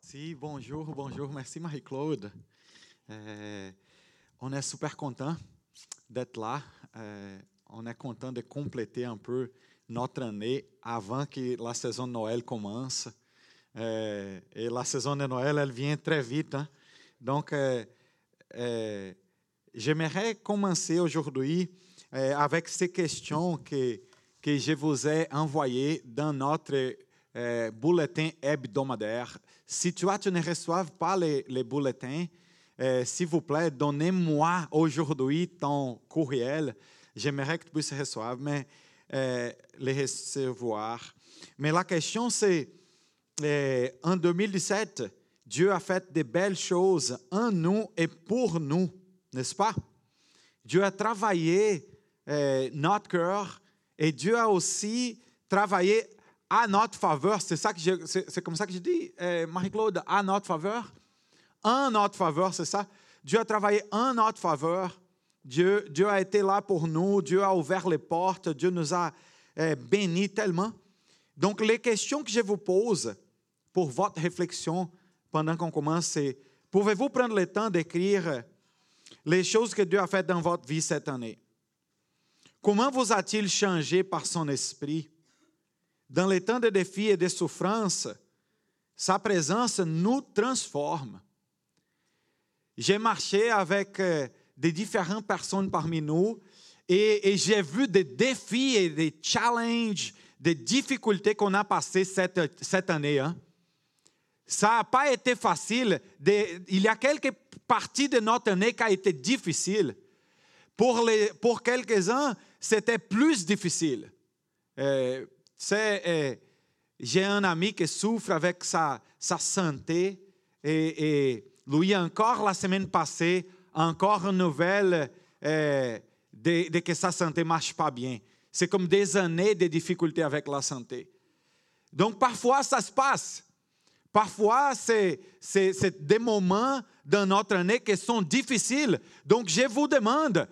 Si, bonjour. Merci Marie-Claude. On est super content d'être là. On est content de compléter un peu notre année avant que la saison de Noël commence. Et la saison de Noël, elle vient très vite. Hein? Donc, j'aimerais commencer aujourd'hui avec ces questions que je vous ai envoyées dans notre bulletin hebdomadaire. Si tu ne reçois pas les bulletins, s'il vous plaît, donnez-moi aujourd'hui ton courriel. J'aimerais que tu puisses recevoir, les recevoir. Mais la question, c'est, en 2017, Dieu a fait de belles choses en nous et pour nous, n'est-ce pas? Dieu a travaillé notre cœur et Dieu a aussi travaillé à notre faveur. C'est comme ça que je dis, Marie-Claude, à notre faveur. En notre faveur, c'est ça. Dieu a travaillé en notre faveur. Dieu a été là pour nous. Dieu a ouvert les portes. Dieu nous a bénis tellement. Donc, les questions que je vous pose pour votre réflexion pendant qu'on commence, c'est, pouvez-vous prendre le temps d'écrire les choses que Dieu a faites dans votre vie cette année? Comment vous a-t-il changé par son esprit? Dans les temps de défis et de souffrance, sa présence nous transforme. J'ai marché avec des différentes personnes parmi nous et j'ai vu des défis et des challenges, des difficultés qu'on a passées cette année. Hein. Ça n'a pas été facile. Il y a quelques parties de notre année qui ont été difficiles. Pour quelques-uns, c'était plus difficile. J'ai un ami qui souffre avec sa santé et lui encore la semaine passée, encore une nouvelle de que sa santé ne marche pas bien. C'est comme des années de difficultés avec la santé. Donc parfois ça se passe. Parfois c'est des moments dans notre année qui sont difficiles. Donc je vous demande,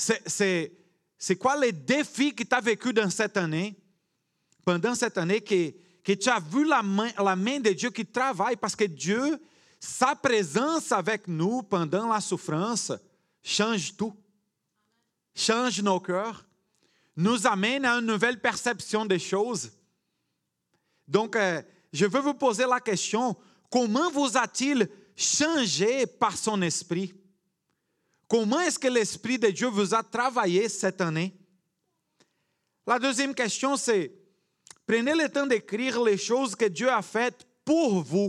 c'est quoi les défis que tu as vécu dans cette année? Pendant cette année que tu as vu la main de Dieu qui travaille, parce que Dieu, sa présence avec nous pendant la souffrance, change tout. Change nos cœurs, nous amène à une nouvelle perception des choses. Donc, je veux vous poser la question, comment vous a-t-il changé par son esprit? Comment est-ce que l'Esprit de Dieu vous a travaillé cette année? La deuxième question, c'est, prenez le temps d'écrire les choses que Dieu a faites pour vous.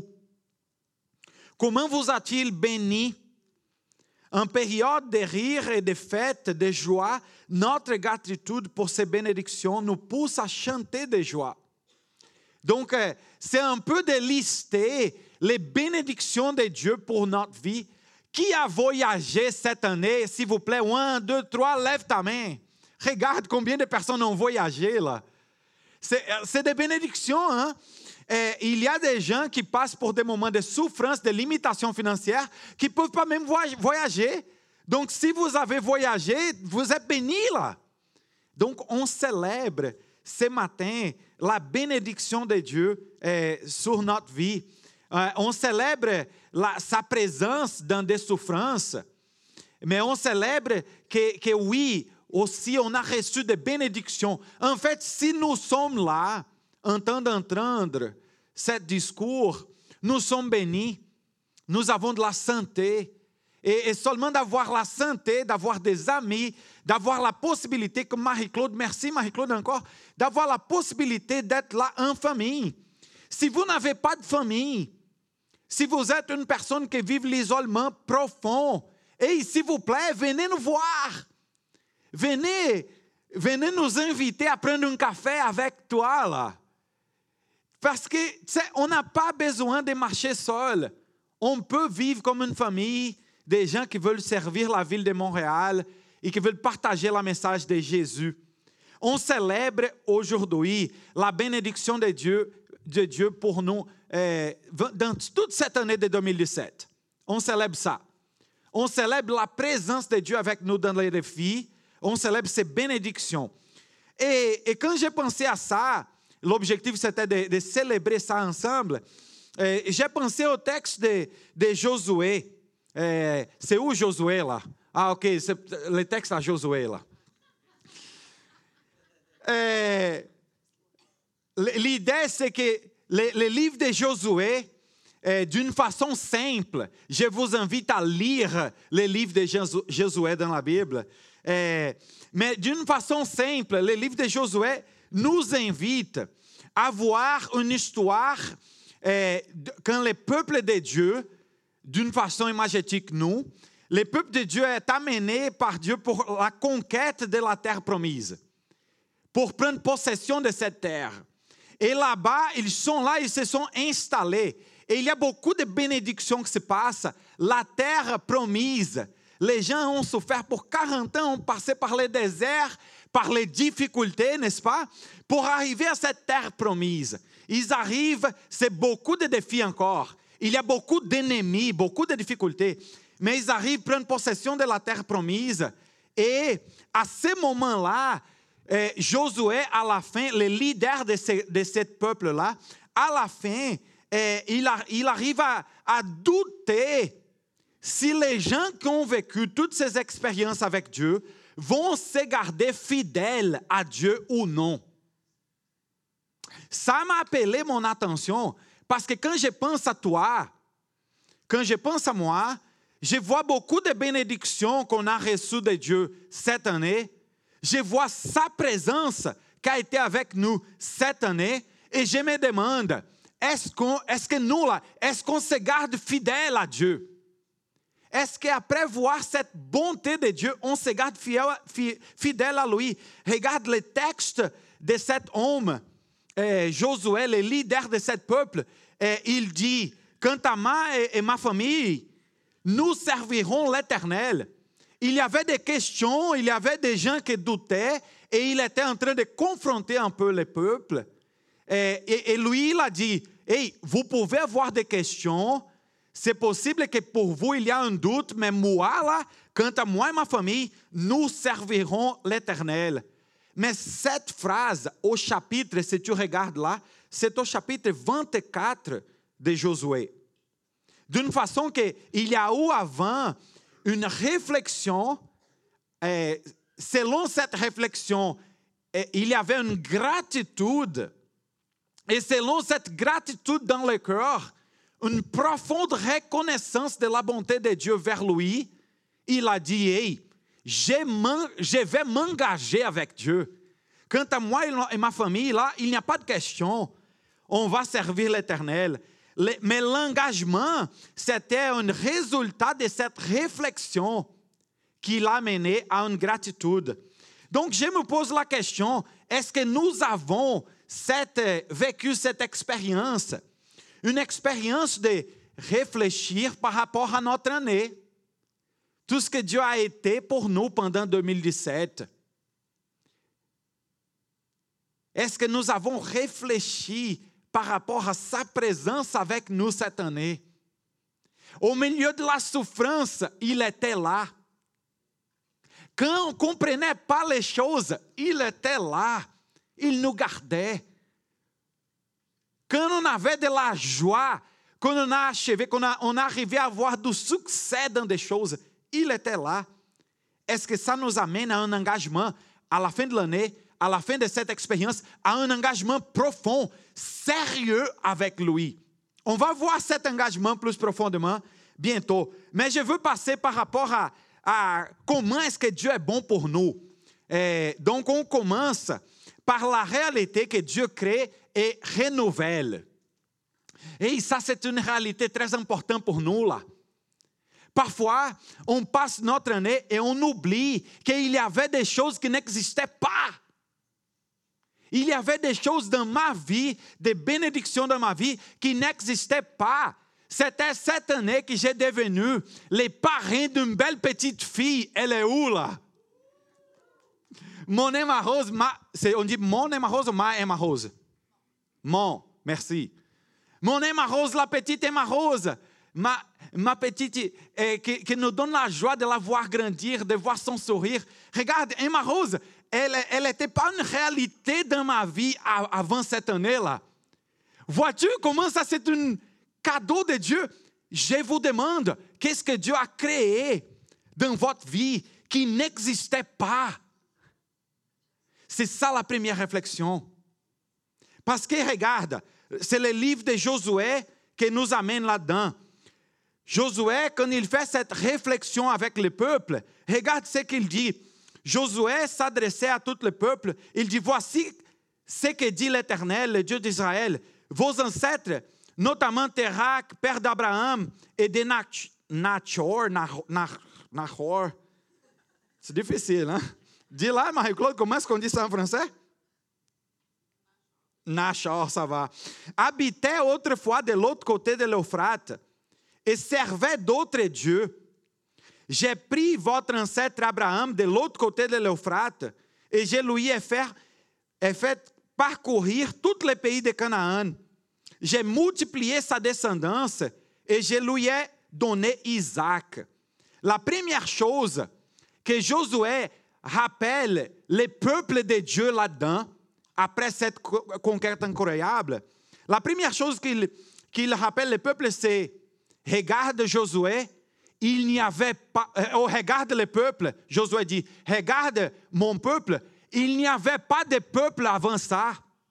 Comment vous a-t-il béni? En période de rire et de fête, de joie, notre gratitude pour ces bénédictions nous pousse à chanter de joie. Donc, c'est un peu de lister les bénédictions de Dieu pour notre vie. Qui a voyagé cette année? S'il vous plaît, 1, 2, 3, lève ta main. Regarde combien de personnes ont voyagé là. C'est des bénédictions. Hein? Il y a des gens qui passent pour des moments de souffrance, de limitation financière, qui ne peuvent pas même voyager. Donc, si vous avez voyagé, vous êtes bénis là. Donc, on célèbre ce matin la bénédiction de Dieu sur notre vie. On célèbre sa présence dans des souffrances. Mais on célèbre que oui, aussi, on a reçu des bénédictions. En fait, si nous sommes là, en train d'entendre ce discours, nous sommes bénis. Nous avons de la santé. Et seulement d'avoir la santé, d'avoir des amis, d'avoir la possibilité, comme Marie-Claude, merci Marie-Claude encore, d'avoir la possibilité d'être là en famille. Si vous n'avez pas de famille, si vous êtes une personne qui vit l'isolement profond, et s'il vous plaît, venez nous voir. Venez nous inviter à prendre un café avec toi, là. Parce que, on n'a pas besoin de marcher seul. On peut vivre comme une famille, des gens qui veulent servir la ville de Montréal et qui veulent partager le message de Jésus. On célèbre aujourd'hui la bénédiction de Dieu pour nous dans toute cette année de 2017. On célèbre ça. On célèbre la présence de Dieu avec nous dans les défis. On célèbre ses bénédictions. Et quand j'ai pensé à ça, l'objectif c'était de célébrer ça ensemble. j'ai pensé au texte de Josué. C'est où Josué là? Ah, ok, c'est le texte à Josué là. L'idée, c'est que le livre de Josué, d'une façon simple, je vous invite à lire le livre de Josué dans la Bible. Mais d'une façon simple, le livre de Josué nous invite à voir une histoire quand le peuple de Dieu, d'une façon imagétique, le peuple de Dieu est amené par Dieu pour la conquête de la terre promise, pour prendre possession de cette terre. Et là-bas, ils sont là, ils se sont installés. Et il y a beaucoup de bénédictions qui se passent. La terre promise. Les gens ont souffert pour 40 ans, ont passé par les déserts, par les difficultés, n'est-ce pas? Pour arriver à cette terre promise. Ils arrivent, c'est beaucoup de défis encore. Il y a beaucoup d'ennemis, beaucoup de difficultés. Mais ils arrivent à prendre possession de la terre promise. Et à ce moment-là, Josué, à la fin, le leader de ce peuple-là, à la fin, il arrive à douter si les gens qui ont vécu toutes ces expériences avec Dieu vont se garder fidèles à Dieu ou non. Ça m'a appelé mon attention parce que quand je pense à toi, quand je pense à moi, je vois beaucoup de bénédictions qu'on a reçues de Dieu cette année. Je vois sa présence qui a été avec nous cette année et je me demande, est-ce qu'on se garde fidèle à Dieu? Est-ce qu'après voir cette bonté de Dieu, on se garde fidèle à lui? Regarde le texte de cet homme, Josué, le leader de ce peuple. Il dit, quant à moi et ma famille, nous servirons l'Éternel. Il y avait des questions, il y avait des gens qui doutaient et il était en train de confronter un peu le peuple. Et lui, il a dit, hey, vous pouvez avoir des questions, c'est possible que pour vous, il y a un doute, mais moi, là, quant à moi et ma famille, nous servirons l'Éternel. Mais cette phrase au chapitre, si tu regardes là, c'est au chapitre 24 de Josué. D'une façon qu'il y a eu avant une réflexion, selon cette réflexion, il y avait une gratitude, et selon cette gratitude dans le cœur, une profonde reconnaissance de la bonté de Dieu vers lui, il a dit, hey, je vais m'engager avec Dieu. Quant à moi et ma famille, là, il n'y a pas de question, on va servir l'Éternel. Mais l'engagement, c'était un résultat de cette réflexion qui l'a mené à une gratitude. Donc, je me pose la question, est-ce que nous avons vécu cette expérience? Une expérience de réfléchir par rapport à notre année. Tout ce que Dieu a été pour nous pendant 2017. Est-ce que nous avons réfléchi par rapport à sa présence avec nous cette année? Au milieu de la souffrance, il était là. Quand on ne comprenait pas les choses, il était là. Il nous gardait. Quand on avait de la joie, quand on a achevé, quand on arrivait à avoir du succès dans des choses, il était là. Est-ce que ça nous amène à un engagement à la fin de l'année, à la fin de cette expérience, à un engagement profond, sérieux avec lui? On va voir cet engagement plus profondément bientôt. Mais je veux passer par rapport à comment est-ce que Dieu est bon pour nous. Donc, on commence par la réalité que Dieu crée et renouvelle. Et ça, c'est une réalité très importante pour nous, là. Parfois, on passe notre année et on oublie qu'il y avait des choses qui n'existaient pas. Il y avait des choses dans ma vie, des bénédictions dans ma vie qui n'existaient pas. C'était cette année que j'ai devenu les parrains d'une belle petite fille. Elle est où, là? Mon Emma Rose, on dit mon Emma Rose ou ma Emma Rose? Mon, merci. Mon Emma Rose, la petite Emma Rose, ma petite, qui nous donne la joie de la voir grandir, de voir son sourire. Regarde, Emma Rose, elle n'était pas une réalité dans ma vie avant cette année-là. Vois-tu comment ça, c'est une cadeau de Dieu. Je vous demande, qu'est-ce que Dieu a créé dans votre vie qui n'existait pas? C'est ça la première réflexion. Parce que regarde, c'est le livre de Josué qui nous amène là-dedans. Josué, quand il fait cette réflexion avec le peuple, regarde ce qu'il dit. Josué s'adressait à tout le peuple. Il dit, voici ce que dit l'Éternel, le Dieu d'Israël. Vos ancêtres, notamment Térak, père d'Abraham, et de Nahor. C'est difficile, hein? Dis là, Marie-Claude, comment est-ce qu'on dit ça en français? Nahor, ça va. Habitaient autrefois de l'autre côté de l'Euphrate et servaient d'autres dieux. J'ai pris votre ancêtre Abraham de l'autre côté de l'Euphrate et je lui ai fait parcourir tout le pays de Canaan. J'ai multiplié sa descendance et je lui ai donné Isaac. La première chose que Josué rappelle le peuple de Dieu là-dedans, après cette conquête incroyable, la première chose qu'il rappelle le peuple, c'est « Regarde Josué, il n'y avait pas... regarde le peuple, Josué dit, « Regarde mon peuple, il n'y avait pas de peuple avant ça. »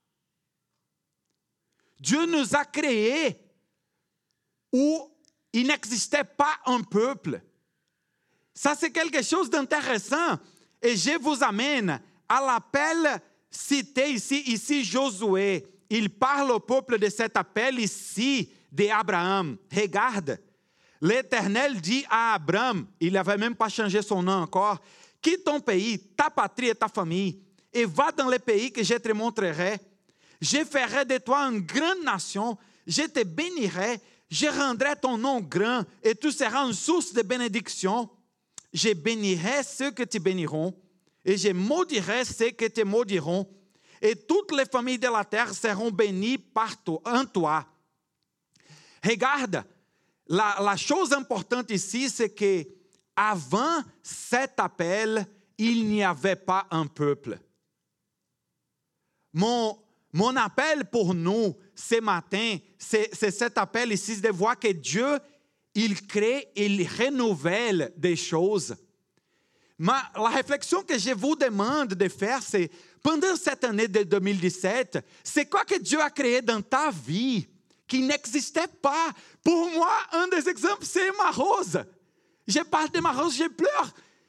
Dieu nous a créés où il n'existait pas un peuple. Ça, c'est quelque chose d'intéressant. Et je vous amène à l'appel cité ici Josué. Il parle au peuple de cet appel ici d'Abraham. Regarde, l'Éternel dit à Abraham, il n'avait même pas changé son nom encore, quitte ton pays, ta patrie et ta famille, et va dans le pays que je te montrerai. Je ferai de toi une grande nation, je te bénirai, je rendrai ton nom grand, et tu seras une source de bénédiction. Je bénirai ceux que te béniront, et je maudirai ceux que te maudiront, et toutes les familles de la terre seront bénies par toi, en toi. Regarde, la chose importante ici, c'est que avant cet appel, il n'y avait pas un peuple. Mon appel pour nous ce matin, c'est cet appel ici de voir que Dieu, il crée, il renouvelle des choses. Mais la réflexion que je vous demande de faire, c'est pendant cette année de 2017, c'est quoi que Dieu a créé dans ta vie qui n'existait pas? Pour moi, un des exemples, c'est ma rose. Je parle de ma rose, je pleure.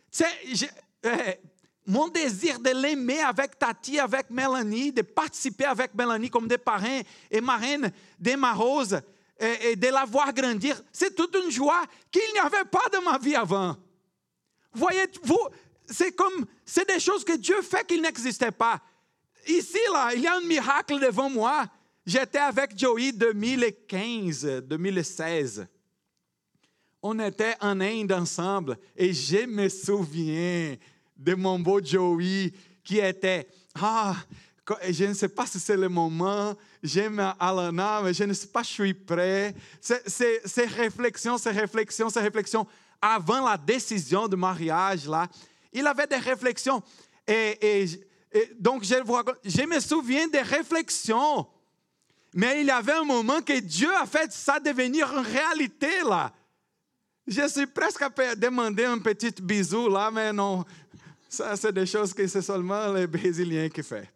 Mon désir de l'aimer avec Tati, avec Mélanie, de participer avec Mélanie comme des parrains et marraines de ma rose, et de la voir grandir, c'est toute une joie qu'il n'y avait pas dans ma vie avant. Voyez-vous, c'est des choses que Dieu fait qu'il n'existait pas. Ici, là, il y a un miracle devant moi. J'étais avec Joey 2015-2016. On était en Inde ensemble et je me souviens de mon beau Joey qui était, je ne sais pas si c'est le moment, j'aime Alana, mais je ne sais pas si je suis prêt. Ces réflexions, avant la décision de mariage, là, il avait des réflexions. Et donc, je me souviens des réflexions. Mais il y avait un moment que Dieu a fait ça devenir une réalité, là. Je suis presque à demander un petit bisou, là, mais non. Ça, c'est des choses que c'est seulement les Brésiliens qui font.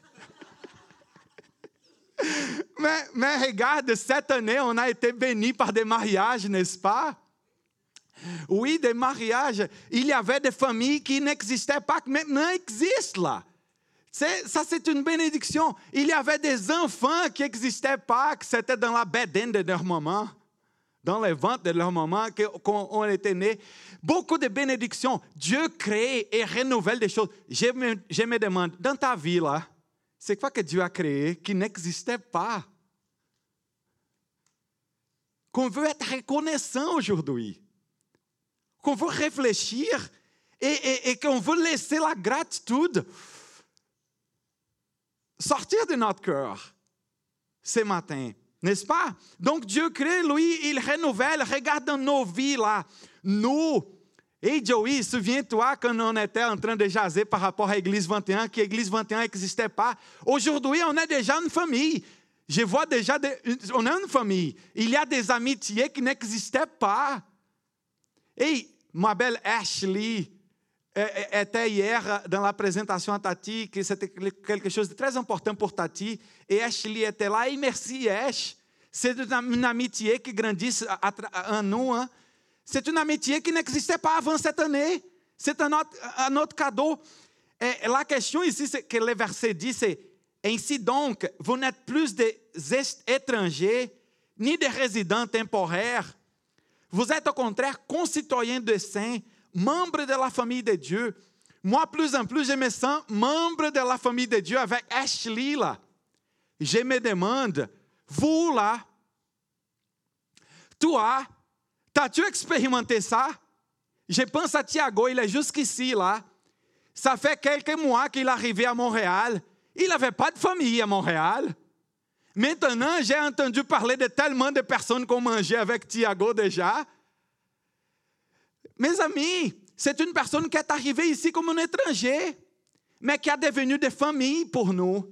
mais regarde, cette année, on a été bénis par des mariages, n'est-ce pas? Oui, des mariages. Il y avait des familles qui n'existaient pas, qui maintenant existent là. Ça, c'est une bénédiction. Il y avait des enfants qui n'existaient pas, que c'était dans la bedaine de leur maman, dans les ventres de leur maman, qu'on était nés. Beaucoup de bénédictions. Dieu crée et renouvelle des choses. Je me demande, dans ta vie là, c'est quoi que Dieu a créé qui n'existait pas? Qu'on veut être reconnaissant aujourd'hui. Qu'on veut réfléchir et qu'on veut laisser la gratitude sortir de notre cœur ce matin, n'est-ce pas? Donc Dieu crée, lui, il renouvelle. Regarde dans nos vies là, nous. Et Joey, souviens-toi quand on était en train de jaser par rapport à l'Église 21, que l'Église 21 n'existait pas. Aujourd'hui, on a déjà une famille. Je vois déjà, on a une famille. Il y a des amitiés qui n'existaient pas. Et ma belle Ashley était hier dans la présentation à Tati, que c'était quelque chose de très important pour Tati. Et Ashley était là. Et merci, Ash. C'est une amitié qui grandit en nous. Hein? C'est une amitié qui n'existait pas avant cette année. C'est un autre cadeau. Et la question ici, c'est que le verset dit, c'est « Ainsi donc, vous n'êtes plus des étrangers, ni des résidents temporaires. Vous êtes au contraire concitoyens des saints, membres de la famille de Dieu. » Moi, plus en plus, je me sens membre de la famille de Dieu avec Ashley là. Je me demande, vous là, toi, as-tu expérimenté ça? Je pense à Thiago, il est jusqu'ici là. Ça fait quelques mois qu'il est arrivé à Montréal. Il n'avait pas de famille à Montréal. Maintenant, j'ai entendu parler de tellement de personnes qui ont mangé avec Thiago déjà. Mes amis, c'est une personne qui est arrivée ici comme un étranger, mais qui est devenue des familles pour nous.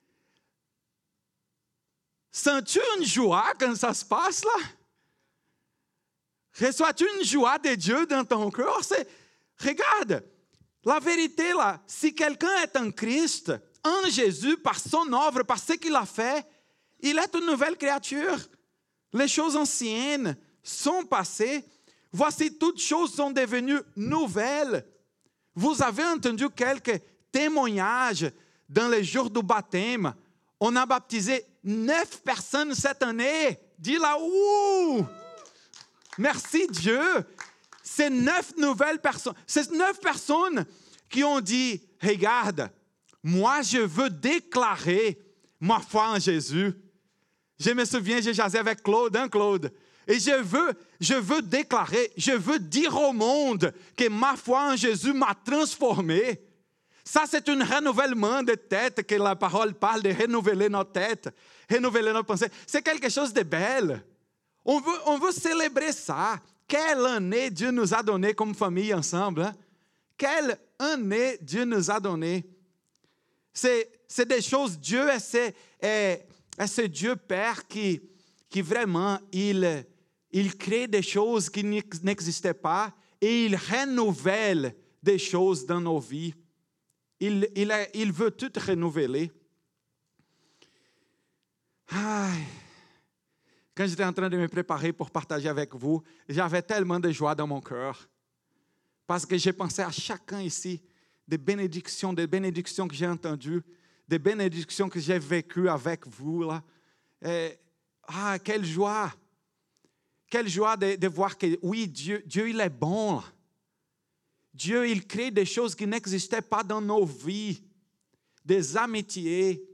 Sens-tu une joie quand ça se passe là? Reçois-tu une joie de Dieu dans ton cœur? Regarde, la vérité là, si quelqu'un est en Christ, en Jésus, par son œuvre, par ce qu'il a fait, il est une nouvelle créature. Les choses anciennes sont passées. Voici, toutes choses sont devenues nouvelles. Vous avez entendu quelques témoignages dans les jours du baptême. On a baptisé 9 personnes cette année. Dis là, ouh! Merci Dieu. Ces 9 nouvelles personnes, ces 9 personnes qui ont dit, regarde, moi je veux déclarer ma foi en Jésus. Je me souviens, j'ai jasé avec Claude, hein Claude? Et je veux déclarer, je veux dire au monde que ma foi en Jésus m'a transformé. Ça, c'est un renouvellement de tête que la parole parle de renouveler notre tête, renouveler notre pensée. C'est quelque chose de belle. On veut célébrer ça. Quelle année Dieu nous a donné comme famille ensemble. Hein? Quelle année Dieu nous a donné. C'est des choses, Dieu est ce Dieu Père qui vraiment, il crée des choses qui n'existaient pas et il renouvelle des choses dans nos vies. Il veut tout renouveler. Quand j'étais en train de me préparer pour partager avec vous, j'avais tellement de joie dans mon cœur. Parce que j'ai pensé à chacun ici, des bénédictions que j'ai entendues, des bénédictions que j'ai vécues avec vous. Là. Quelle joie! Quelle joie de voir que, oui, Dieu il est bon. Dieu, il crée des choses qui n'existaient pas dans nos vies. Des amitiés,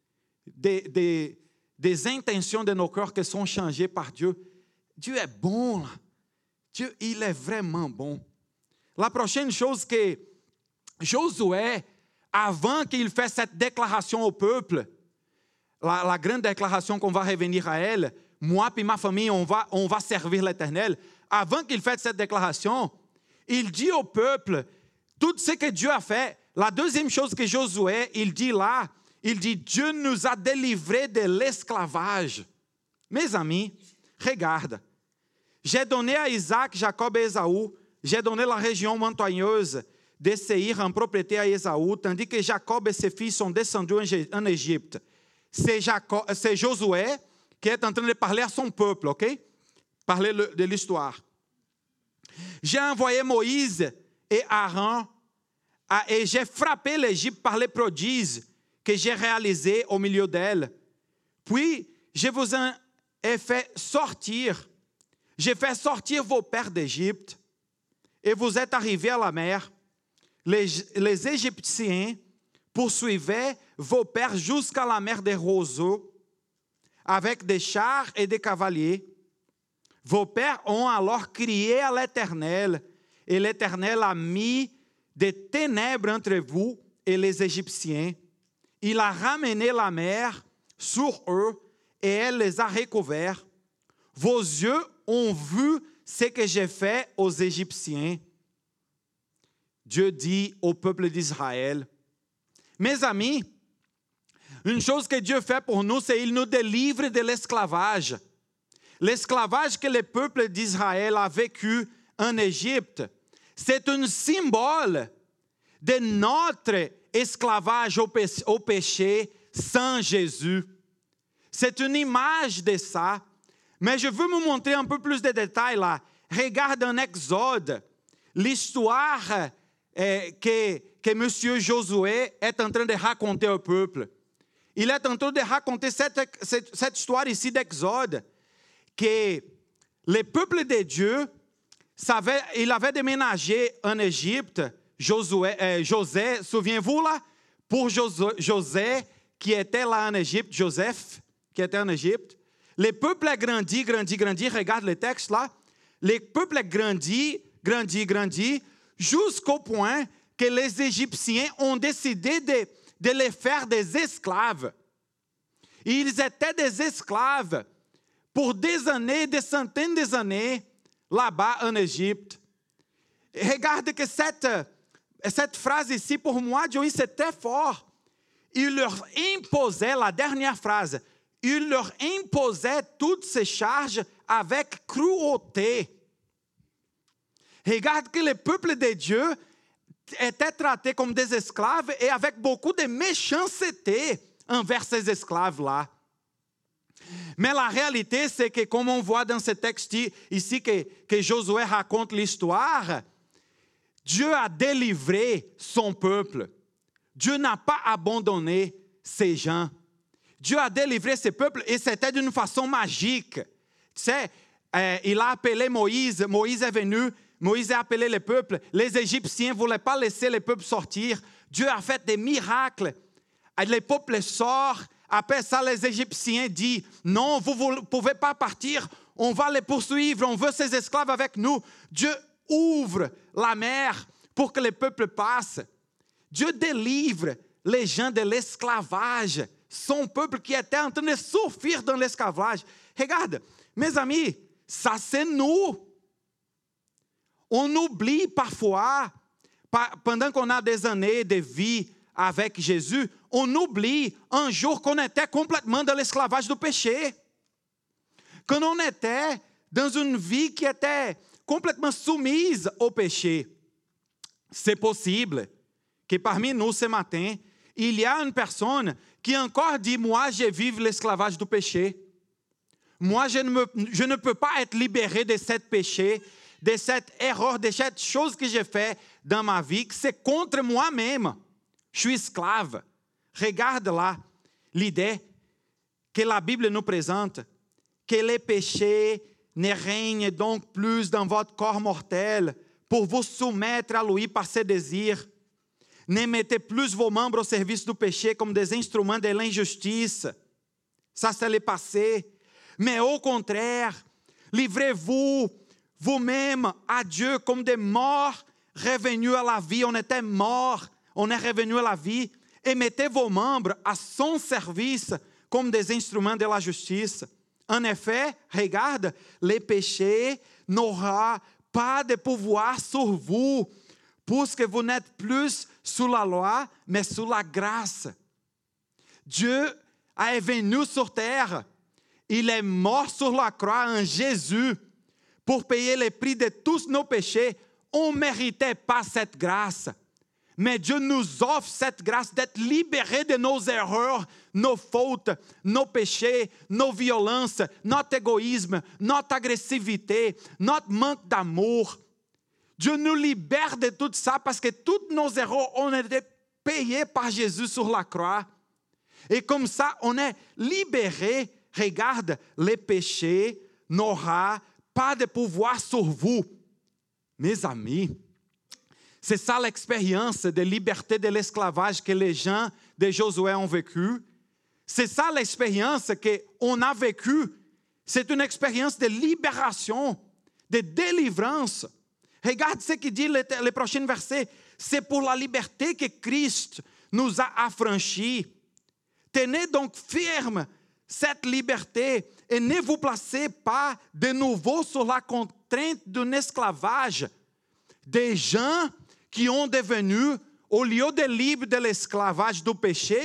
des intentions de nos cœurs qui sont changées par Dieu. Dieu est bon. Dieu, il est vraiment bon. La prochaine chose que Josué, avant qu'il fasse cette déclaration au peuple, la grande déclaration qu'on va revenir à elle, moi et ma famille, on va servir l'Éternel. Avant qu'il fasse cette déclaration, il dit au peuple tout ce que Dieu a fait. La deuxième chose que Josué, il dit là, il dit, Dieu nous a délivrés de l'esclavage. Mes amis, regarde. J'ai donné à Isaac, Jacob et Ésaü, j'ai donné la région montagneuse de Séir en propriété à Ésaü, tandis que Jacob et ses fils sont descendus en Égypte. C'est Josué qui est en train de parler à son peuple, ok? Parler de l'histoire. J'ai envoyé Moïse et Aaron et j'ai frappé l'Égypte par les prodiges que j'ai réalisés au milieu d'elle. Puis, je vous ai fait sortir. J'ai fait sortir vos pères d'Égypte et vous êtes arrivés à la mer. Les Égyptiens poursuivaient vos pères jusqu'à la mer des roseaux avec des chars et des cavaliers. Vos pères ont alors crié à l'Éternel et l'Éternel a mis des ténèbres entre vous et les Égyptiens. Il a ramené la mer sur eux et elle les a recouverts. Vos yeux ont vu ce que j'ai fait aux Égyptiens. Dieu dit au peuple d'Israël. Mes amis, Une chose que Dieu fait pour nous, c'est qu'il nous délivre de l'esclavage. L'esclavage que le peuple d'Israël a vécu en Égypte, c'est un symbole de notre esclavage au péché sans Jésus. C'est une image de ça. Mais je veux vous montrer un peu plus de détails là. Regarde en Exode, l'histoire que M. Josué est en train de raconter au peuple. Il est en train de raconter cette histoire ici d'Exode, que le peuple de Dieu, il avait déménagé en Égypte. José, souvenez-vous là, pour José qui était là en Égypte, Joseph qui était en Égypte, le peuple a grandi, regarde le texte là, le peuple a grandi, jusqu'au point que les Égyptiens ont décidé de les faire des esclaves. Ils étaient des esclaves pour des années, des centaines d'années, là-bas en Égypte. Regarde que cette phrase ici, pour moi, Joey, c'est très fort. Il leur imposait, la dernière phrase, il leur imposait toutes ces charges avec cruauté. Regarde que le peuple de Dieu était traité comme des esclaves et avec beaucoup de méchanceté envers ces esclaves-là. Mais la réalité, c'est que comme on voit dans ce texte ici que Josué raconte l'histoire, Dieu a délivré son peuple. Dieu n'a pas abandonné ces gens. Dieu a délivré ce peuple et c'était d'une façon magique. Tu sais, il a appelé Moïse. Moïse est venu. Moïse a appelé le peuple. Les Égyptiens ne voulaient pas laisser le peuple sortir. Dieu a fait des miracles. Le peuple sort. Après ça, les Égyptiens disent, non, vous ne pouvez pas partir. On va les poursuivre. On veut ces esclaves avec nous. Dieu ouvre la mer pour que le peuple passe. Dieu délivre les gens de l'esclavage. Son peuple qui était en train de souffrir dans l'esclavage. Regarde, mes amis, ça c'est nous. On oublie parfois, pendant qu'on a des années de vie avec Jésus, on oublie un jour qu'on était complètement dans l'esclavage du péché. Quand on était dans une vie qui était complètement soumise au péché. C'est possible que parmi nous ce matin, il y a une personne qui encore dit, moi je vis l'esclavage du péché. Moi je ne peux pas être libéré de ce péché, de cette erreur, de cette chose que j'ai fait dans ma vie, que c'est contre moi-même. Je suis esclave. Regarde là l'idée que la Bible nous présente, que les péchés ne règnent donc plus dans votre corps mortel pour vous soumettre à lui par ses désirs. Ne mettez plus vos membres au service du péché comme des instruments de l'injustice. Ça, c'est le passé. Mais au contraire, livrez-vous vous-même à Dieu comme des morts revenus à la vie. On était morts, on est revenu à la vie. Et mettez vos membres à son service comme des instruments de la justice. En effet, regarde, le péché n'aura pas de pouvoir sur vous, puisque vous n'êtes plus sous la loi, mais sous la grâce. Dieu est venu sur terre. Il est mort sur la croix en Jésus pour payer le prix de tous nos péchés. On ne méritait pas cette grâce. Mais Dieu nous offre cette grâce d'être libérés de nos erreurs, nos fautes, nos péchés, nos violences, notre égoïsme, notre agressivité, notre manque d'amour. Dieu nous libère de tout ça parce que toutes nos erreurs ont été payées par Jésus sur la croix. Et comme ça, on est libéré. Regarde, le péché n'aura pas de pouvoir sur vous. Mes amis, c'est ça l'expérience de liberté de l'esclavage que les gens de Josué ont vécu. C'est ça l'expérience qu'on a vécue. C'est une expérience de libération, de délivrance. Regarde ce qu'il dit le prochain verset. C'est pour la liberté que Christ nous a affranchis. Tenez donc ferme cette liberté et ne vous placez pas de nouveau sur la contrainte d'un esclavage. Des gens qui ont devenu, au lieu de libres de l'esclavage du péché,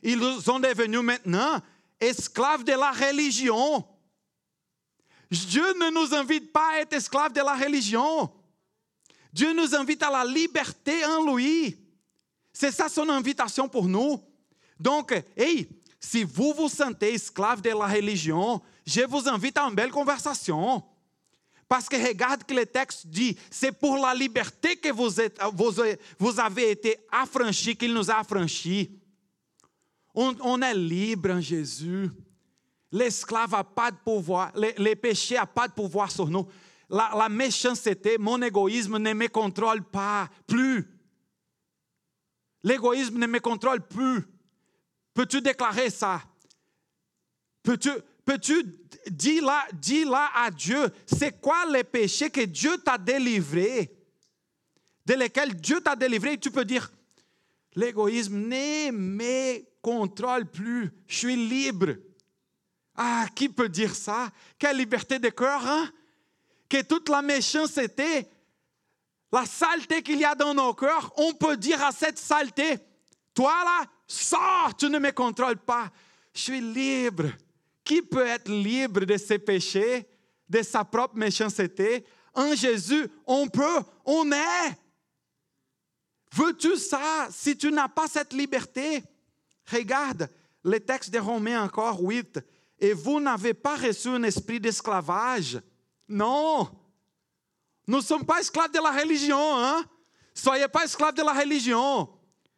ils sont devenus maintenant esclaves de la religion. Dieu ne nous invite pas à être esclaves de la religion. Dieu nous invite à la liberté en lui. C'est ça son invitation pour nous. Donc, hey, si vous vous sentez esclave de la religion, je vous invite à une belle conversation. Parce que regarde que le texte dit, c'est pour la liberté que vous avez été affranchis, qu'il nous a affranchis. On est libre en Jésus. L'esclave n'a pas de pouvoir, le péché n'a pas de pouvoir sur nous. La méchanceté, mon égoïsme ne me contrôle pas, plus. L'égoïsme ne me contrôle plus. Peux-tu déclarer ça? Peux-tu dire là à Dieu, c'est quoi les péchés que Dieu t'a délivrés, de lesquels Dieu t'a délivré? Tu peux dire, l'égoïsme ne me contrôle plus, je suis libre. Ah, qui peut dire ça? Quelle liberté de cœur, hein? Que toute la méchanceté, la saleté qu'il y a dans nos cœurs, on peut dire à cette saleté, toi là, sors, tu ne me contrôles pas. Je suis libre. Qui peut être libre de ses péchés, de sa propre méchanceté? En Jésus, on peut, on est. Veux-tu ça? Si tu n'as pas cette liberté, regarde le texte de Romains encore 8. Et vous n'avez pas reçu un esprit d'esclavage. Non. Nous ne sommes pas esclaves de la religion. Hein? Soyez pas esclaves de la religion.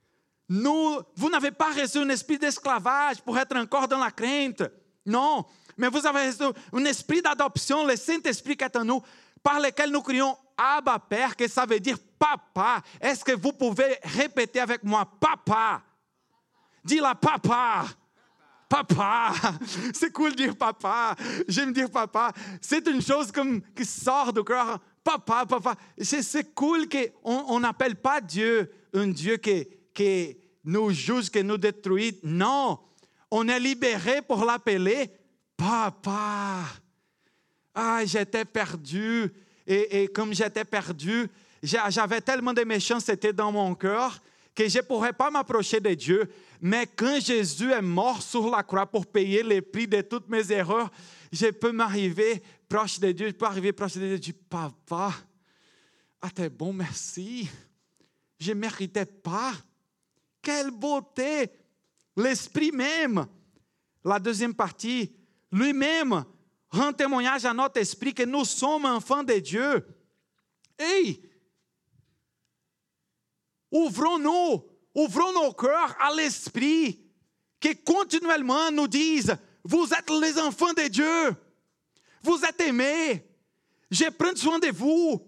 Vous n'avez pas reçu un esprit d'esclavage pour être encore dans la crainte. Non. Mais vous avez reçu un esprit d'adoption, le Saint-Esprit qui est en nous, par lequel nous crions Abba Père, que ça veut dire papa. Est-ce que vous pouvez répéter avec moi papa? Dis-la papa. Papa, c'est cool de dire papa, j'aime dire papa, c'est une chose qui sort du cœur, papa, c'est cool qu'on n'appelle pas Dieu un Dieu qui nous juge, qui nous détruit, non, on est libéré pour l'appeler papa. Ah, j'étais perdu, et comme j'étais perdu, j'avais tellement de méchanceté dans mon cœur, que je ne pourrais pas m'approcher de Dieu. Mais quand Jésus est mort sur la croix pour payer le prix de toutes mes erreurs, je peux m'arriver proche de Dieu, je peux arriver proche de Dieu et dire, papa, ah t'es bon, merci. Je ne méritais pas. Quelle beauté! L'Esprit même, la deuxième partie, lui-même rend témoignage à notre esprit que nous sommes enfants de Dieu. Hey! Ouvrons nos cœurs à l'Esprit qui continuellement nous dise, vous êtes les enfants de Dieu, vous êtes aimés, je prends soin de vous.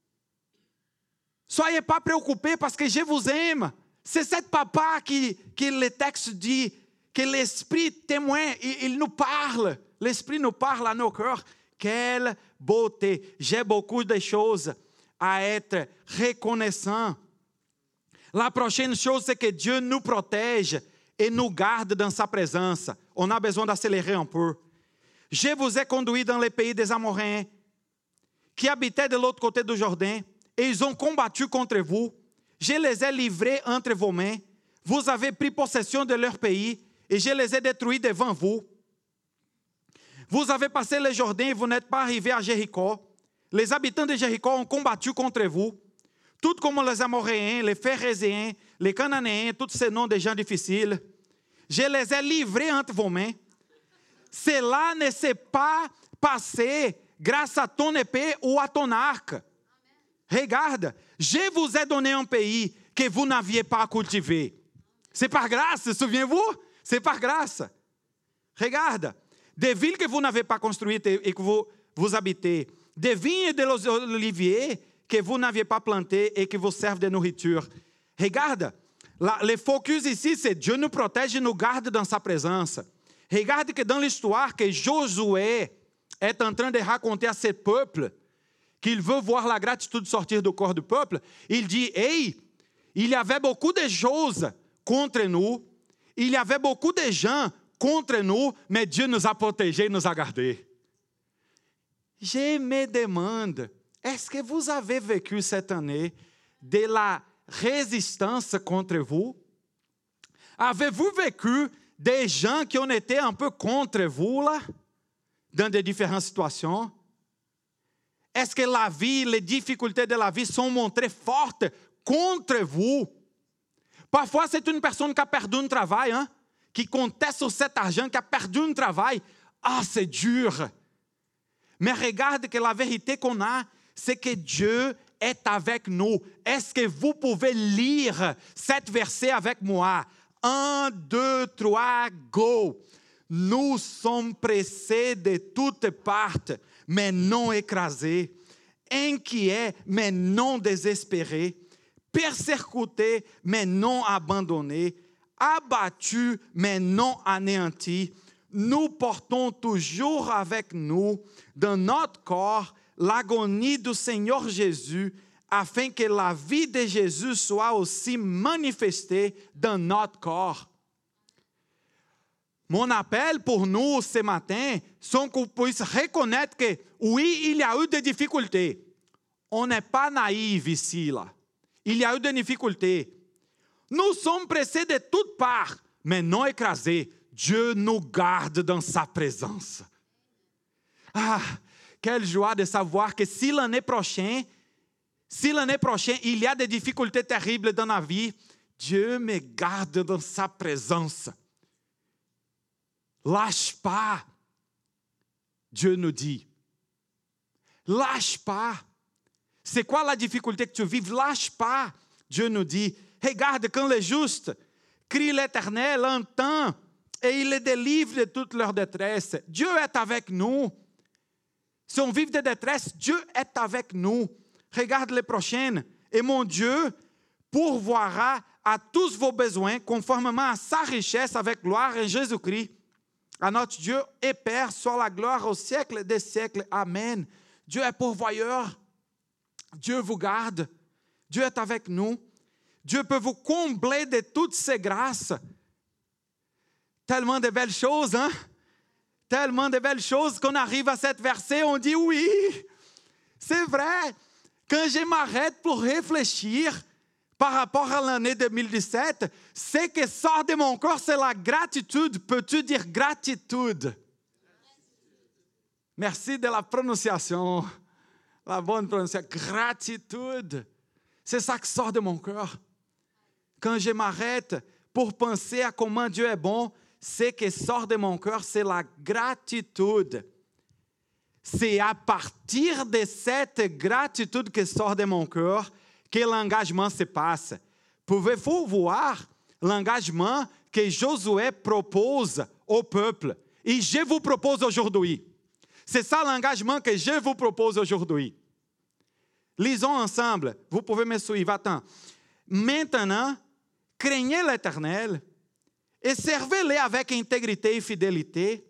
Soyez pas préoccupés parce que je vous aime. C'est cette papa qui le texte dit, que l'Esprit témoin, il nous parle, l'Esprit nous parle à nos cœurs. Quelle beauté! J'ai beaucoup de choses à être reconnaissant. La prochaine chose, c'est que Dieu nous protège et nous garde dans sa présence. On a besoin d'accélérer un peu. Je vous ai conduit dans les pays des Amoréens qui habitaient de l'autre côté du Jourdain et ils ont combattu contre vous. Je les ai livrés entre vos mains. Vous avez pris possession de leur pays et je les ai détruits devant vous. Vous avez passé le Jourdain et vous n'êtes pas arrivés à Jéricho. Les habitants de Jéricho ont combattu contre vous. Tout comme les Amoréens, les Phérézéens, les Cananéens, tous ces noms de gens difficiles, je les ai livrés entre vos mains. Cela ne s'est pas passé grâce à ton épée ou à ton arc. Regarde, je vous ai donné un pays que vous n'aviez pas cultivé. C'est par grâce, souvenez-vous? C'est par grâce. Regarde, des villes que vous n'avez pas construites et que vous habitez, des vignes et des oliviers que vous n'aviez pas planté et qui vous servent de nourriture. Regarde, le focus ici, c'est Dieu nous protège et nous garde dans sa présence. Regarde que dans l'histoire que Josué est en train de raconter à ce peuple, qu'il veut voir la gratitude sortir du corps du peuple, il dit, hey, il y avait beaucoup de choses contre nous, il y avait beaucoup de gens contre nous, mais Dieu nous a protégés, nous a gardés. Je me demande, est-ce que vous avez vécu cette année de la résistance contre vous? Avez-vous vécu des gens qui ont été un peu contre vous, là, dans des différentes situations? Est-ce que la vie, les difficultés de la vie sont montrées fortes contre vous? Parfois, c'est une personne qui a perdu un travail, hein, qui conteste sur cet argent, qui a perdu un travail. Ah, c'est dur. Mais regarde que la vérité qu'on a, c'est que Dieu est avec nous. Est-ce que vous pouvez lire cet verset avec moi? 1, 2, 3, go! Nous sommes pressés de toutes parts, mais non écrasés. Inquiets, mais non désespérés. Persécutés, mais non abandonnés. Abattus, mais non anéantis. Nous portons toujours avec nous, dans notre corps, l'agonie du Seigneur Jésus, afin que la vie de Jésus soit aussi manifestée dans notre corps. Mon appel pour nous ce matin, c'est qu'on puisse reconnaître que oui, il y a eu des difficultés. On n'est pas naïf ici, là. Il y a eu des difficultés. Nous sommes pressés de toutes parts, mais non écrasés. Dieu nous garde dans sa présence. Ah, quelle joie de savoir que si l'année prochaine, il y a des difficultés terribles dans la vie, Dieu me garde dans sa présence. Lâche pas, Dieu nous dit. Lâche pas. C'est quoi la difficulté que tu vis? Lâche pas, Dieu nous dit. Regarde, quand les justes crient l'Éternel, entend et il les délivre de toute leur détresse. Dieu est avec nous. Si on vit de détresse, Dieu est avec nous. Regarde les prochaines. Et mon Dieu pourvoira à tous vos besoins conformément à sa richesse avec gloire en Jésus-Christ. À notre Dieu et Père soit la gloire au siècle des siècles. Amen. Dieu est pourvoyeur. Dieu vous garde. Dieu est avec nous. Dieu peut vous combler de toutes ses grâces. Tellement de belles choses, hein? Tellement de belles choses qu'on arrive à cet verset, on dit oui, c'est vrai. Quand je m'arrête pour réfléchir par rapport à l'année 2017, ce qui sort de mon corps, c'est la gratitude. Peux-tu dire gratitude? Merci de la prononciation. La bonne prononciation. Gratitude. C'est ça qui sort de mon cœur. Quand je m'arrête pour penser à comment Dieu est bon, ce qui sort de mon cœur, c'est la gratitude. C'est à partir de cette gratitude qui sort de mon cœur que l'engagement se passe. Pouvez-vous voir l'engagement que Josué propose au peuple? Et je vous propose aujourd'hui. C'est ça l'engagement que je vous propose aujourd'hui. Lisons ensemble. Vous pouvez me suivre. Attends. Maintenant, craignez l'Éternel et servez-le avec intégrité et fidélité.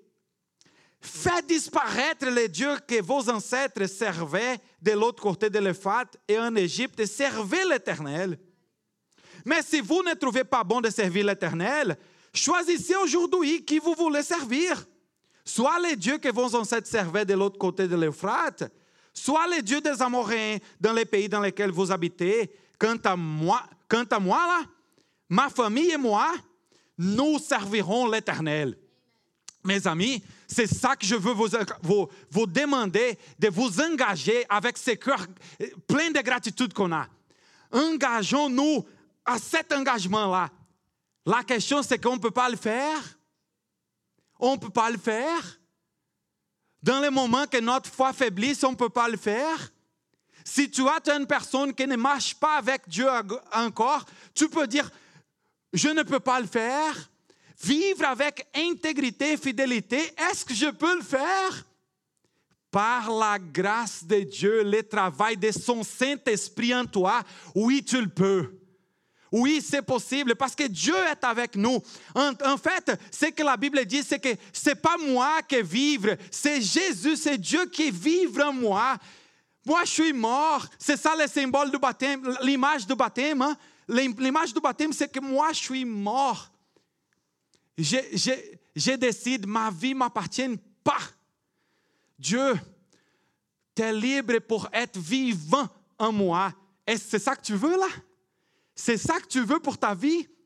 Faites disparaître les dieux que vos ancêtres servaient de l'autre côté de l'Euphrate et en Égypte, et servez l'Éternel. Mais si vous ne trouvez pas bon de servir l'Éternel, choisissez aujourd'hui qui vous voulez servir. Soit les dieux que vos ancêtres servaient de l'autre côté de l'Euphrate, soit les dieux des Amoréens dans les pays dans lesquels vous habitez. Quant à moi là, ma famille et moi, nous servirons l'Éternel. Mes amis, c'est ça que je veux vous demander, de vous engager avec ce cœur plein de gratitude qu'on a. Engageons-nous à cet engagement-là. La question, c'est qu'on ne peut pas le faire. On ne peut pas le faire. Dans les moments que notre foi faiblisse, on ne peut pas le faire. Si tu as une personne qui ne marche pas avec Dieu encore, tu peux dire, je ne peux pas le faire. Vivre avec intégrité et fidélité, est-ce que je peux le faire? Par la grâce de Dieu, le travail de son Saint-Esprit en toi, oui, tu le peux. Oui, c'est possible parce que Dieu est avec nous. En fait, ce que la Bible dit, c'est que ce n'est pas moi qui vivre, c'est Jésus, c'est Dieu qui vit en moi. Moi, je suis mort. C'est ça le symbole du baptême, l'image du baptême. Hein? L'image du baptême, c'est que moi, je suis mort. Je décide, ma vie ne m'appartient pas. Dieu, tu es libre pour être vivant en moi. Est-ce que c'est ça que tu veux là? C'est ça que tu veux pour ta vie?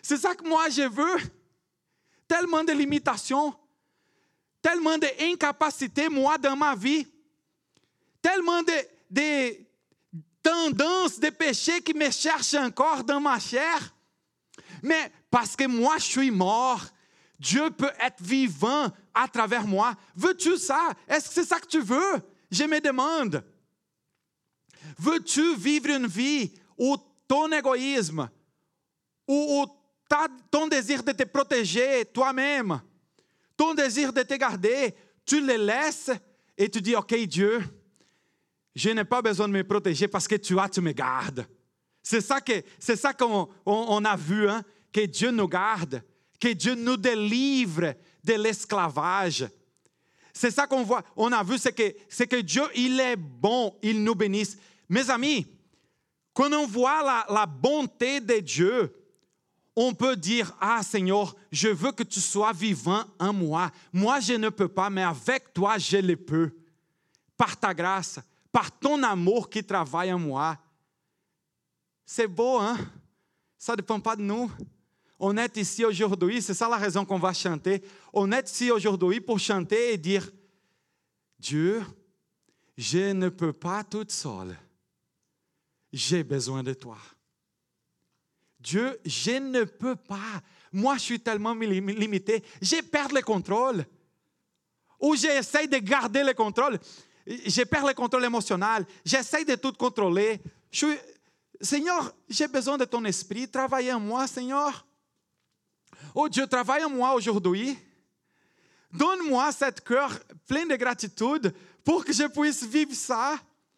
C'est ça que moi je veux. Tellement de limitations, tellement d'incapacités, moi, dans ma vie. Tellement de tendances, de péchés qui me cherchent encore dans ma chair. Mais parce que moi, je suis mort, Dieu peut être vivant à travers moi. Veux-tu ça? Est-ce que c'est ça que tu veux? Je me demande. Veux-tu vivre une vie où ton égoïsme, où ton désir de te protéger toi-même, ton désir de te garder, tu le laisses et tu dis, OK Dieu, je n'ai pas besoin de me protéger parce que tu me gardes. C'est ça qu'on a vu, hein? Que Dieu nous garde, que Dieu nous délivre de l'esclavage. C'est ça qu'on voit, on a vu, c'est que Dieu, il est bon, il nous bénisse. Mes amis, quand on voit la bonté de Dieu, on peut dire, ah Seigneur, je veux que tu sois vivant en moi. Moi, je ne peux pas, mais avec toi, je le peux. Par ta grâce, par ton amour qui travaille en moi. C'est beau, hein? Ça ne dépend pas de nous. On est ici aujourd'hui, c'est ça la raison qu'on va chanter. On est ici aujourd'hui pour chanter et dire, Dieu, je ne peux pas toute seule. J'ai besoin de toi. Dieu, je ne peux pas. Moi, je suis tellement limité. Je perds le contrôle. Ou j'essaie de garder le contrôle. Je perds le contrôle émotionnel. J'essaie de tout contrôler. Seigneur, j'ai besoin de ton esprit. Travaille en moi, Seigneur. Oh Dieu, travaille en moi aujourd'hui. Donne-moi cette cœur plein de gratitude pour que je puisse vivre ça.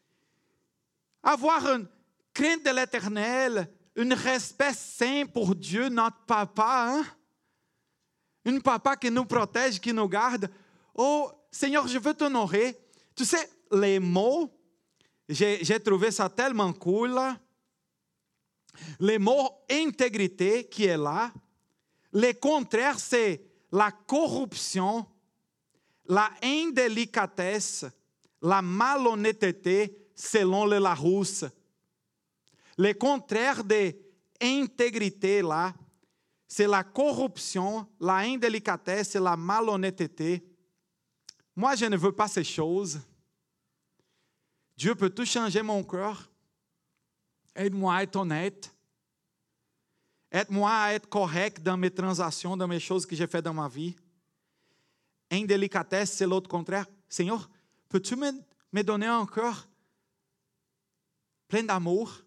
Avoir une crainte de l'Éternel. Un respect saint pour Dieu, notre papa. Hein? Un papa qui nous protège, qui nous garde. Oh, Seigneur, je veux t'honorer. Tu sais, les mots, j'ai trouvé ça tellement cool. Là. Les mots intégrité qui est là. Le contraire, c'est la corruption, la indélicatesse, la malhonnêteté selon le Larousse. Le contraire de intégrité, là, c'est la corruption, la indélicatesse et la malhonnêteté. Moi, je ne veux pas ces choses. Dieu peut tout changer mon cœur. Aide-moi à être honnête. Aide-moi à être correct dans mes transactions, dans mes choses que j'ai faites dans ma vie. Indélicatesse, c'est l'autre contraire. Seigneur, peux-tu me donner un cœur plein d'amour?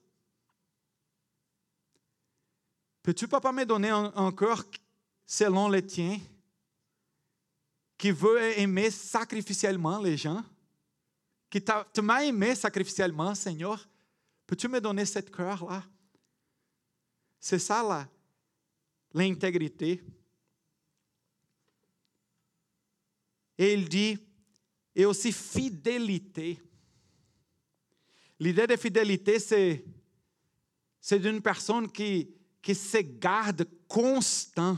Peux-tu, papa, me donner un cœur selon le tien, qui veut aimer sacrificiellement les gens, qui tu m'as aimé sacrificiellement, Seigneur? Peux-tu me donner ce cœur-là? C'est ça, là, l'intégrité. Et il dit, et aussi fidélité. L'idée de fidélité, c'est d'une personne qui se garde constant.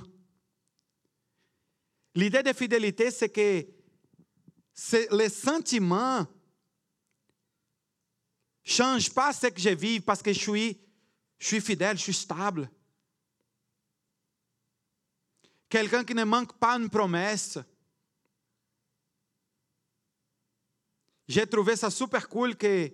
L'idée de fidélité, c'est que les sentiments ne changent pas ce que je vis parce que je suis fidèle, je suis stable. Quelqu'un qui ne manque pas une promesse. J'ai trouvé ça super cool que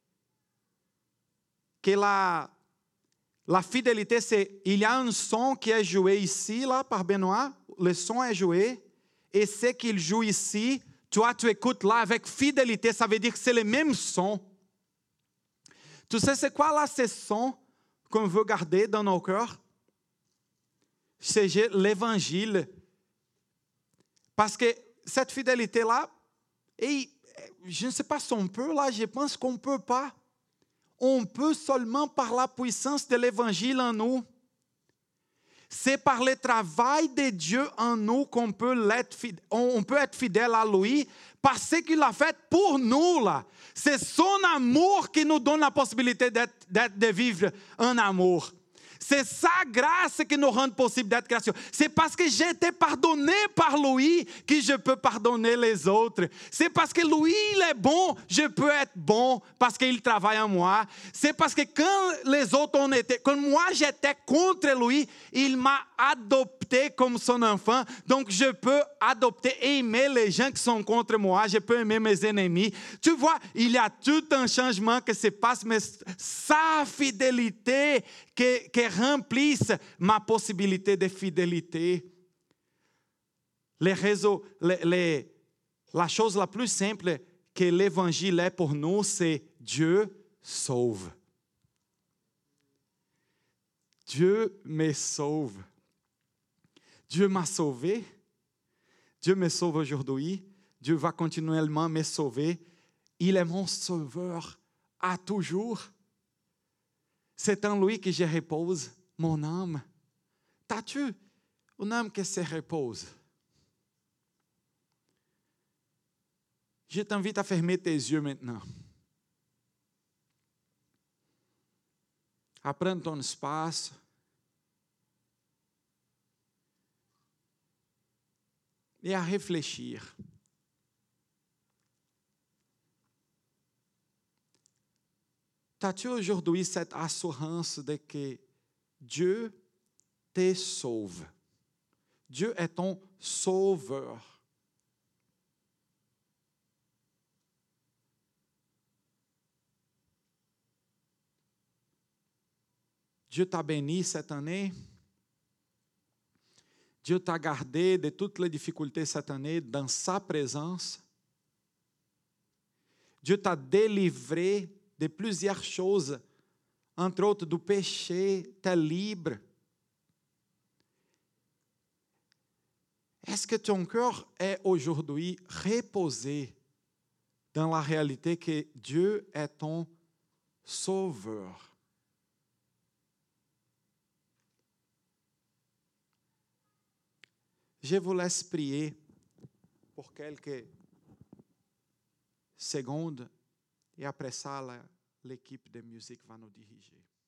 la fidélité, c'est, il y a un son qui est joué ici, là, par Benoît. Le son est joué. Et ce qu'il joue ici, toi, tu écoutes là avec fidélité. Ça veut dire que c'est le même son. Tu sais, c'est quoi là, ce son qu'on veut garder dans nos cœurs? C'est l'évangile. Parce que cette fidélité-là, et je ne sais pas si on peut, là, je pense qu'on ne peut pas. On peut seulement par la puissance de l'évangile en nous. C'est par le travail de Dieu en nous qu'on peut être fidèle à lui, parce qu'il a fait pour nous. Là. C'est son amour qui nous donne la possibilité de vivre un amour. C'est sa grâce qui nous rend possible d'être gracieux. C'est parce que j'ai été pardonné par lui que je peux pardonner les autres. C'est parce que lui, il est bon, je peux être bon parce qu'il travaille en moi. C'est parce que quand moi j'étais contre lui, il m'a adopté comme son enfant. Donc je peux adopter et aimer les gens qui sont contre moi. Je peux aimer mes ennemis. Tu vois, il y a tout un changement qui se passe, mais sa fidélité qui remplisse ma possibilité de fidélité. La chose la plus simple que l'évangile est pour nous, c'est Dieu sauve. Dieu me sauve. Dieu m'a sauvé. Dieu me sauve aujourd'hui. Dieu va continuellement me sauver. Il est mon sauveur à toujours. C'est en lui que je repose mon âme. T'as-tu une âme qui se repose? Je t'invite à fermer tes yeux maintenant. À prendre ton espace. Et à réfléchir. As-tu aujourd'hui cette assurance de que Dieu te sauve? Dieu est ton sauveur. Dieu t'a béni cette année. Dieu t'a gardé de toutes les difficultés cette année dans sa présence. Dieu t'a délivré de plusieurs choses, entre autres du péché, t'es libre. Est-ce que ton cœur est aujourd'hui reposé dans la réalité que Dieu est ton sauveur? Je vous laisse prier pour quelques secondes et après ça, l'équipe de musique va nous diriger.